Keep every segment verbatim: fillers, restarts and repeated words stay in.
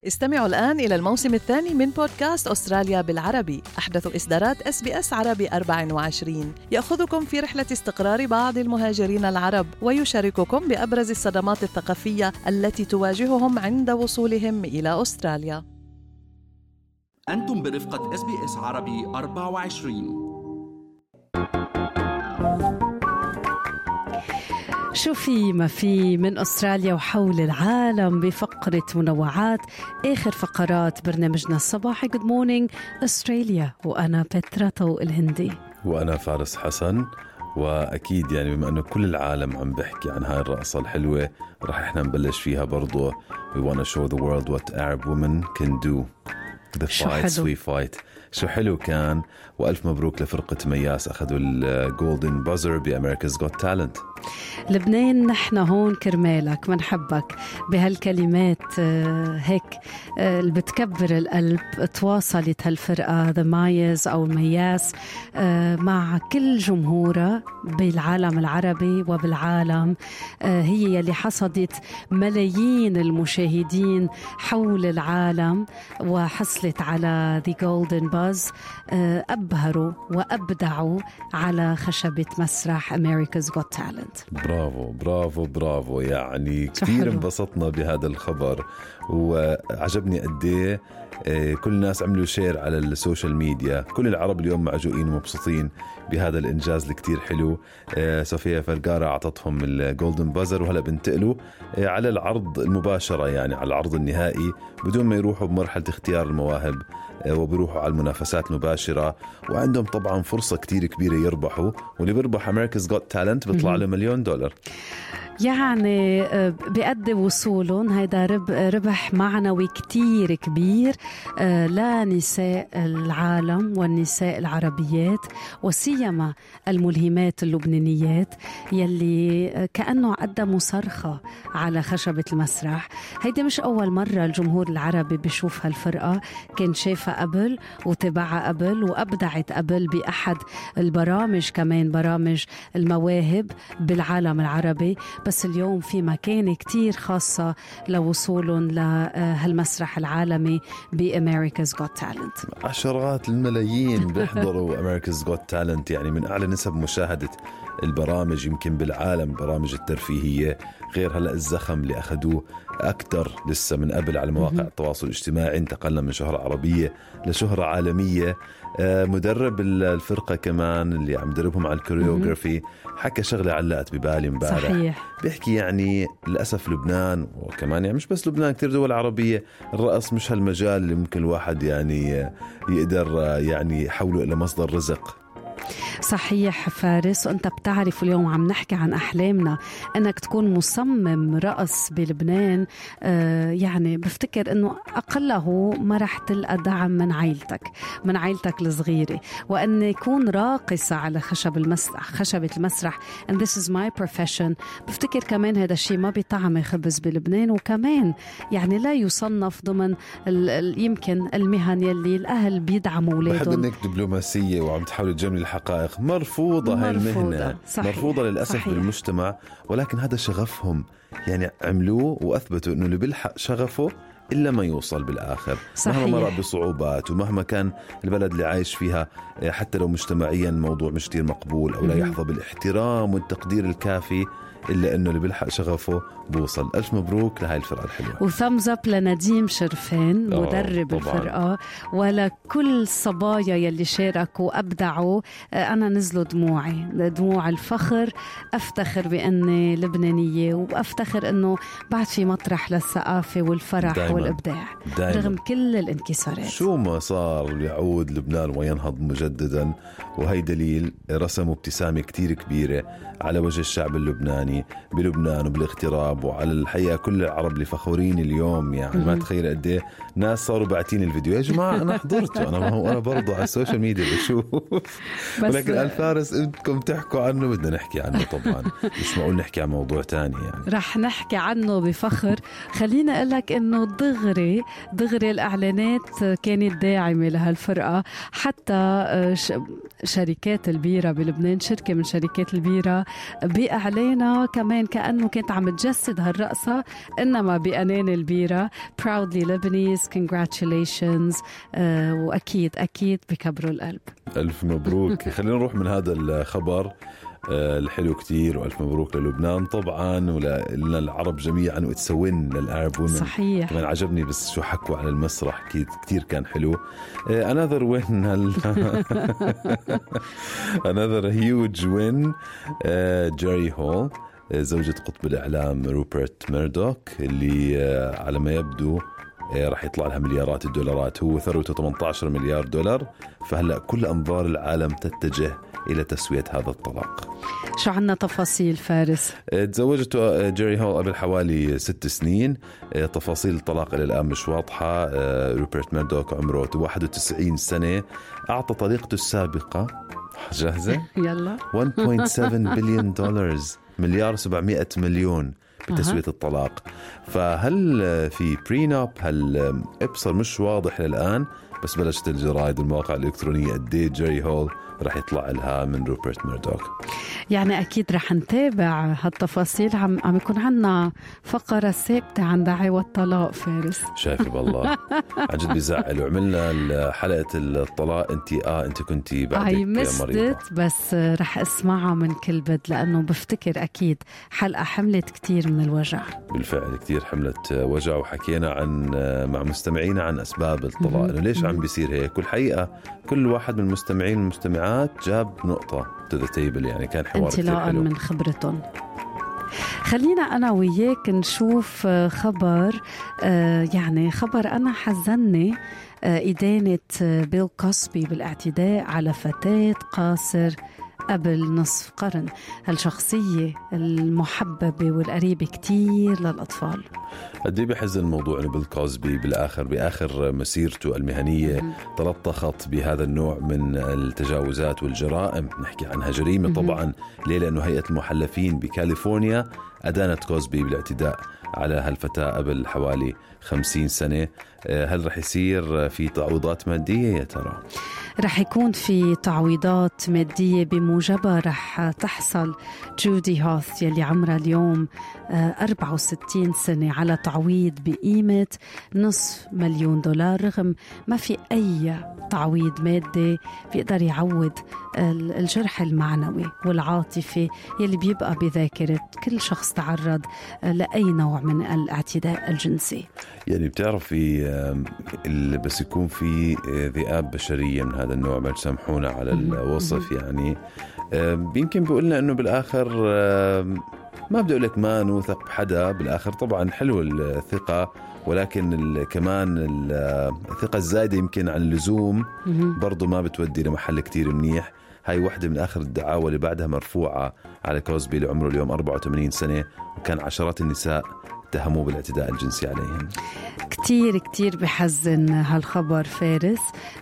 استمعوا الآن إلى الموسم الثاني من بودكاست أستراليا بالعربي، أحدث إصدارات إس بي إس عربي أربعة وعشرين، يأخذكم في رحلة استقرار بعض المهاجرين العرب ويشارككم بأبرز الصدمات الثقافية التي تواجههم عند وصولهم إلى أستراليا. أنتم برفقة إس بي إس عربي أربعة وعشرين. شو في ما في من أستراليا وحول العالم بفقرة منوعات آخر فقرات برنامجنا الصباحي Good Morning أستراليا، وأنا بترا طوق الهندي وأنا فارس حسن. وأكيد يعني بما أنه كل العالم عم بحكي عن هاي الرقصة الحلوة رح إحنا نبلش فيها برضو. We want to show the world what Arab women can do. The fights we fight. شو حلو كان، وألف مبروك لفرقة مياس أخذوا الجولدن بازر بأمريكا's Got Talent. لبنان نحن هون كرمالك، منحبك بهالكلمات هيك اللي بتكبر القلب. تواصلت هالفرقة The Mayas أو مياس مع كل جمهورها بالعالم العربي وبالعالم، هي يلي حصدت ملايين المشاهدين حول العالم وحصلت على The Golden Buzz. أبهروا وأبدعوا على خشبة مسرح America's Got Talent. برافو برافو برافو، يعني كثير انبسطنا بهذا الخبر، وعجبني قديه كل الناس عملوا شير على السوشيال ميديا. كل العرب اليوم معجوقين ومبسوطين بهذا الإنجاز الكتير حلو. صوفيا فلقارة أعطتهم الجولدن بازر، وهلأ بنتقلوا على العرض المباشرة، يعني على العرض النهائي بدون ما يروحوا بمرحلة اختيار المواهب، وبيروحوا على المنافسات مباشرة، وعندهم طبعا فرصة كتير كبيرة يربحوا. واللي بيربح America's Got Talent بيطلع له مليون دولار. يعني بقد وصولهم هيدا ربح معنوي كتير كبير لنساء العالم والنساء العربيات، وسيما الملهمات اللبنانيات يلي كأنه قدموا صرخة على خشبة المسرح. هيدا مش أول مرة الجمهور العربي بيشوف هالفرقة، كان شايفها قبل وتبعها قبل وأبدعت قبل بأحد البرامج، كمان برامج المواهب بالعالم العربي. بس اليوم في مكانة كتير خاصة لوصولهم لهالمسرح العالمي بأمريكا's Got Talent. عشرات الملايين بيحضروا America's Got Talent، يعني من أعلى نسب مشاهدة البرامج يمكن بالعالم، برامج الترفيهية، غير هلأ الزخم اللي أخدوه أكتر لسه من قبل على مواقع التواصل الاجتماعي. انتقلنا من شهرة عربية لشهرة عالمية. مدرب الفرقة كمان اللي عم دربهم على الكوريوغرافي حكى شغلة علقت ببالي مبارح. صحيح. بيحكي يعني للأسف لبنان، وكمان يعني مش بس لبنان، كتير دول عربية الرقص مش هالمجال اللي ممكن الواحد يعني يقدر يعني يحوله إلى مصدر رزق. صحيح فارس، وانت بتعرف اليوم عم نحكي عن أحلامنا انك تكون مصمم رقص بلبنان. آه يعني بفتكر انه اقله ما رح تلقى دعم من عائلتك من عائلتك الصغيرة، وان يكون راقصة على خشب المسرح خشبة المسرح and this is my profession. بفتكر كمان هذا الشيء ما بيطعم خبز بلبنان، وكمان يعني لا يصنف ضمن ال ال يمكن المهن يلي الاهل بيدعموا اولادهم. بحد انك دبلوماسية وعم تحاول تجملي الحقائق، مرفوضة هاي المهنة. صحيح. مرفوضة للأسف. صحيح. بالمجتمع، ولكن هذا شغفهم، يعني عملوه وأثبتوا أنه اللي بيلحق شغفه إلا ما يوصل بالآخر. صحيح. مهما مرق بصعوبات، ومهما كان البلد اللي عايش فيها حتى لو مجتمعيا موضوع مش كتير مقبول أو لا يحظى بالاحترام والتقدير الكافي، إلا أنه اللي بيلحق شغفه بوصل. ألف مبروك لهاي الفرقة الحلوة، وثامز اب لنديم شرفان مدرب الفرقة، ولكل الصبايا يلي شاركوا أبدعوا. أنا نزلوا دموعي دموع الفخر. أفتخر بأني لبنانية، وأفتخر أنه بعد في مطرح للثقافة والفرح دايماً. والإبداع دايماً. رغم كل الانكسارات. شو ما صار يعود لبنان وينهض مجددا، وهي دليل رسم ابتسامة كتير كبيرة على وجه الشعب اللبناني بلبنان وبالاغتراب، وعلى الحقيقة كل العرب اللي فخورين اليوم. يعني ما تخيل قد ايه ناس صاروا باعتين الفيديو. يا جماعة أنا حضرت، وأنا ما هو أنا برضو على السوشيال ميديا بشوف. ولكن الفارس أنتم تحكوا عنه، بدنا نحكي عنه طبعا، مش معقول نحكي عن موضوع تاني. يعني رح نحكي عنه بفخر. خلينا أقول لك إنه دغري دغري الإعلانات كانت داعمة لهالفرقة، حتى شركات البيرة بلبنان، شركة من شركات البيرة بإعلانها كمان كأنه كانت عم تجسد هالرقصة إنما بأنان البيرة. Proudly Lebanese, congratulations. آه وأكيد أكيد بكبروا القلب. ألف مبروك. خلينا نروح من هذا الخبر الحلو كتير، وألف مبروك للبنان طبعا ولنا العرب جميعا، وتسوين للعرب ومن صحيح. كمان عجبني بس شو حكوا على المسرح كتير كان حلو. another win another huge win. جيري هول زوجة قطب الإعلام روبرت ميردوك اللي على ما يبدو راح يطلع لها مليارات الدولارات، هو ثروته ثمانية عشر مليار دولار، فهلأ كل أنظار العالم تتجه إلى تسوية هذا الطلاق. شو عنا تفاصيل فارس؟ تزوجته جيري هول قبل حوالي ست سنين. تفاصيل الطلاق إلى الآن مش واضحة. روبرت ميردوك عمره واحد وتسعين سنة، أعطى طليقته السابقة جاهزة يلا واحد فاصلة سبعة بليون دولار، مليار سبعمائة مليون بتسوية أه. الطلاق. فهل في برينوب؟ هل ابصر مش واضح للآن، بس بلشت الجرائد والمواقع الإلكترونية قديه جيري هول رح يطلع لها من روبرت ميردوك. يعني أكيد رح نتابع هالتفاصيل. عم عم يكون عنا فقرة ثابتة عن دعاوى الطلاق فارس. شايف بالله عن جد بيزعل. وعملنا حلقة الطلاق انت اه انت كنتي بعدك مريضة، بس رح اسمعها من كل بد لأنه بفتكر أكيد حلقة حملت كتير من الوجع. بالفعل كتير حملت وجع، وحكينا عن مع مستمعينا عن أسباب الطلاق، إنه ليش عم بيصير هيك. والحقيقة كل واحد من المستمعين والمستمعات جاب نقطة to the table، يعني كان حوار كتير حلو من خبرتهم. خلينا أنا وياك نشوف خبر، يعني خبر أنا حزني، إدانة بيل كوسبي بالاعتداء على فتاة قاصر قبل نصف قرن. هالشخصية المحببة والقريبة كتير للأطفال. قد ايه بحزن الموضوع انه بيل كوسبي بالاخر باخر مسيرته المهنيه تلطخت بهذا النوع من التجاوزات والجرائم. نحكي عنها جريمه طبعا. ليه؟ لانه هيئه المحلفين بكاليفورنيا ادانت كوسبي بالاعتداء على هالفتاه قبل حوالي خمسين سنة. هل رح يصير في تعويضات مادية يا ترى؟ رح يكون في تعويضات مادية بموجبها رح تحصل جودي هوث يلي عمرها اليوم أربعة وستين سنة على تعويض بقيمة نصف مليون دولار، رغم ما في أي تعويض مادي بيقدر يعوض الجرح المعنوي والعاطفي يلي بيبقى بذاكرة كل شخص تعرض لأي نوع من الاعتداء الجنسي. يعني بتعرفي بس يكون في ذئاب بشرية من هذا النوع، ما تسامحونا على الوصف، يعني يمكن بيقولنا أنه بالآخر ما بدي أقول لك ما نوثق بحدا. بالآخر طبعا حلو الثقة، ولكن كمان الثقة الزايدة يمكن عن اللزوم برضو ما بتودي لمحل كتير منيح. هاي واحدة من آخر الدعاوى اللي بعدها مرفوعة على كوسبي اللي عمره اليوم أربعة وثمانين سنة، وكان عشرات النساء اتهموا بالاعتداء الجنسي عليهم. كتير كتير بحزن هالخبر فارس.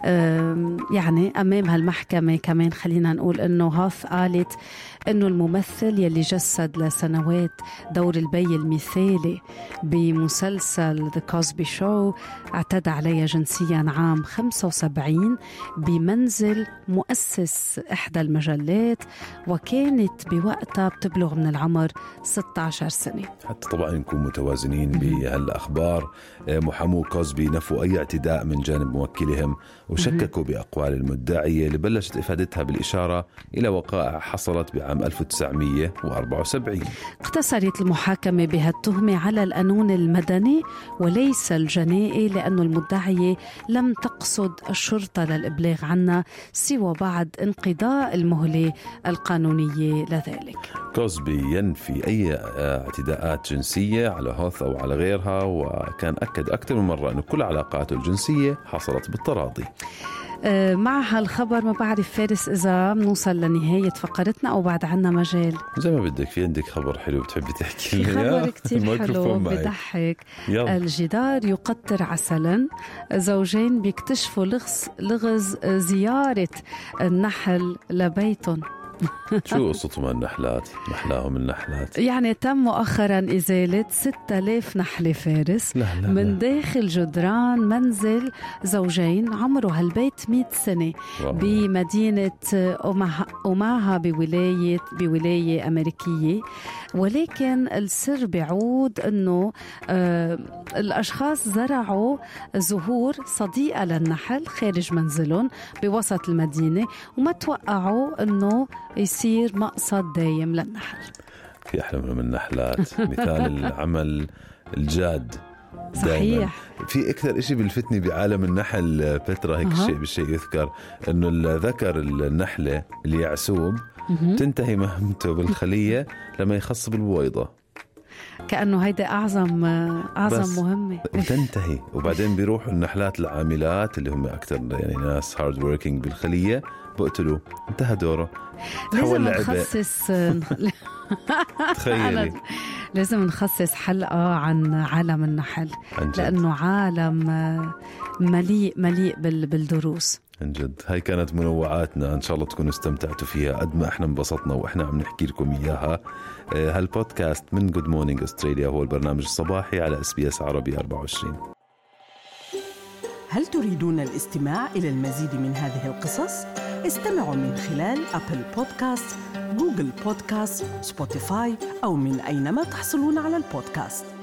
يعني أمام هالمحكمة كمان خلينا نقول أنه هاث قالت أنه الممثل يلي جسد لسنوات دور البي المثالي بمسلسل The Cosby Show اعتدى عليها جنسيا عام خمسة وسبعين بمنزل مؤسس إحدى المجلات، وكانت بوقتها بتبلغ من العمر ستة عشر سنة. حتى طبعا نكون متوازنين بهالأخبار. محامو كوسبي نفوا أي اعتداء من جانب موكلهم، وشككوا بأقوال المدعية اللي بلشت إفادتها بالإشارة إلى وقائع حصلت بعام ألف وتسعمية وأربعة وسبعين. اقتصرت المحاكمة بهالتهمة على القانون المدني وليس الجنائي، لأن المدعية لم تقصد الشرطة للإبلاغ عنها سوى بعد انقضاء المهلة القانونية لذلك. كوسبي ينفي أي اعتداءات جنسية على هوث أو على غيرها، وكان أكد أكثر من مرة أن كل علاقاته الجنسية حصلت بالتراضي. مع هالخبر ما بعرف فارس إذا بنوصل لنهاية فقرتنا أو بعد عنا مجال. زي ما بدك. في عندك خبر حلو بتحبي تحكي لي؟ خبر كتير حلو بضحك. الجدار يقطر عسلا، زوجين بيكتشفوا لغز, لغز زيارة النحل لبيتهم. شو قصتهم النحلات؟ محلاهم النحلات. يعني تم مؤخرا إزالة ستة آلاف نحلة فارس لا لا من لا. داخل جدران منزل زوجين عمره هالبيت مئة سنة واو. بمدينة أوماها, أوماها بولاية بولاية أمريكية. ولكن السر بيعود أنه آه الأشخاص زرعوا زهور صديقة للنحل خارج منزلهم بوسط المدينة وما توقعوا أنه يصير مقصد دايم للنحل. في أحلى من النحلات. مثال العمل الجاد. صحيح. في أكثر إشي بالفتني بعالم النحل بترا هيك أه. شيء بالشيء يذكر إنه الذكر النحلة اللي يعسوب تنتهي مهمته بالخلية لما يخصب البويضة. كأنه هيدا أعظم أعظم مهمة وتنتهي. وبعدين بيروحوا النحلات العاملات اللي هم أكثر يعني ناس هارد ووركينج بالخلية بقتلوا. انتهى دوره. لازم نخصص تخيلي لازم نخصص حلقة عن عالم النحل لأنه عالم مليء مليء بالدروس. عن جد. هاي كانت منوعاتنا، إن شاء الله تكونوا استمتعتوا فيها قد ما احنا انبسطنا وإحنا عم نحكي لكم إياها. هالبودكاست من Good Morning Australia هو البرنامج الصباحي على إس بي إس عربي أربعة وعشرين. هل تريدون الاستماع إلى المزيد من هذه القصص؟ استمعوا من خلال أبل بودكاست، جوجل بودكاست، سبوتيفاي أو من أينما تحصلون على البودكاست.